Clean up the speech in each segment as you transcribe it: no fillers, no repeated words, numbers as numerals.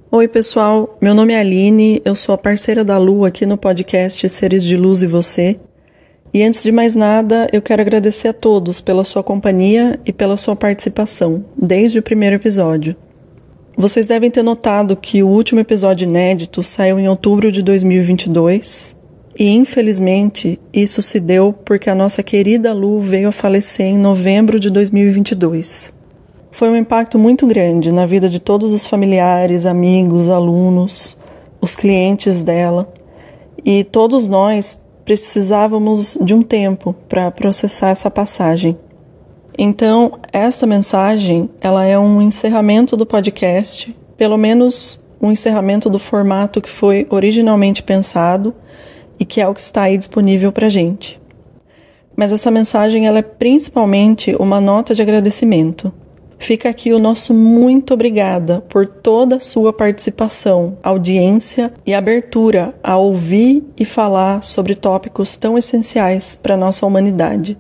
Oi pessoal, meu nome é Aline, eu sou a parceira da Lu aqui no podcast Seres de Luz e Você. E antes de mais nada, eu quero agradecer a todos pela sua companhia e pela sua participação, desde o primeiro episódio. Vocês devem ter notado que o último episódio inédito saiu em outubro de 2022 e, infelizmente, isso se deu porque a nossa querida Lu veio a falecer em novembro de 2022. Foi um impacto muito grande na vida de todos os familiares, amigos, alunos, os clientes dela, e todos nós precisávamos de um tempo para processar essa passagem. Então, esta mensagem, ela é um encerramento do podcast, pelo menos um encerramento do formato que foi originalmente pensado e que é o que está aí disponível para a gente. Mas essa mensagem, ela é principalmente uma nota de agradecimento. Fica aqui o nosso muito obrigada por toda a sua participação, audiência e abertura a ouvir e falar sobre tópicos tão essenciais para a nossa humanidade.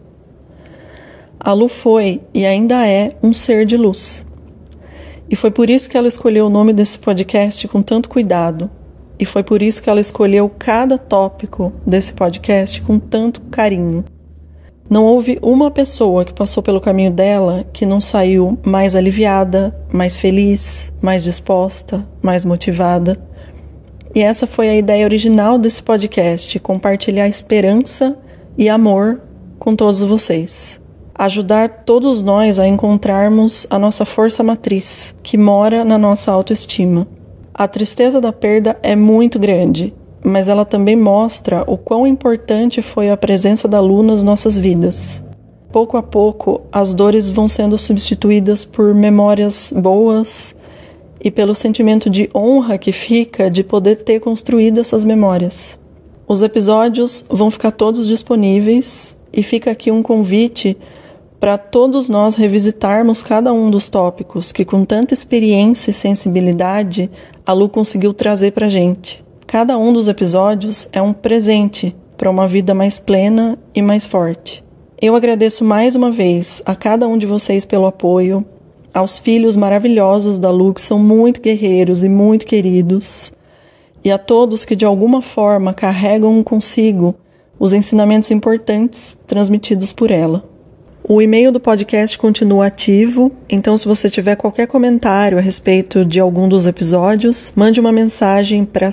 A Lu foi e ainda é um ser de luz. E foi por isso que ela escolheu o nome desse podcast com tanto cuidado. E foi por isso que ela escolheu cada tópico desse podcast com tanto carinho. Não houve uma pessoa que passou pelo caminho dela que não saiu mais aliviada, mais feliz, mais disposta, mais motivada. E essa foi a ideia original desse podcast, compartilhar esperança e amor com todos vocês. Ajudar todos nós a encontrarmos a nossa força matriz, que mora na nossa autoestima. A tristeza da perda é muito grande, mas ela também mostra o quão importante foi a presença da Lu nas nossas vidas. Pouco a pouco, as dores vão sendo substituídas por memórias boas e pelo sentimento de honra que fica de poder ter construído essas memórias. Os episódios vão ficar todos disponíveis e fica aqui um convite para todos nós revisitarmos cada um dos tópicos que, com tanta experiência e sensibilidade, a Lu conseguiu trazer para a gente. Cada um dos episódios é um presente para uma vida mais plena e mais forte. Eu agradeço mais uma vez a cada um de vocês pelo apoio, aos filhos maravilhosos da Lu, que são muito guerreiros e muito queridos, e a todos que de alguma forma carregam consigo os ensinamentos importantes transmitidos por ela. O e-mail do podcast continua ativo, então se você tiver qualquer comentário a respeito de algum dos episódios, mande uma mensagem para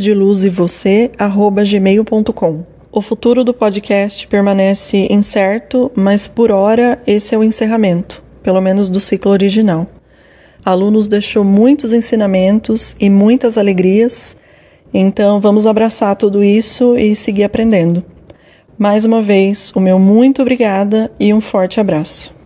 seresdeluzevocê@gmail.com. O futuro do podcast permanece incerto, mas por hora esse é o encerramento, pelo menos do ciclo original. A Lu nos deixou muitos ensinamentos e muitas alegrias, então vamos abraçar tudo isso e seguir aprendendo. Mais uma vez, o meu muito obrigada e um forte abraço.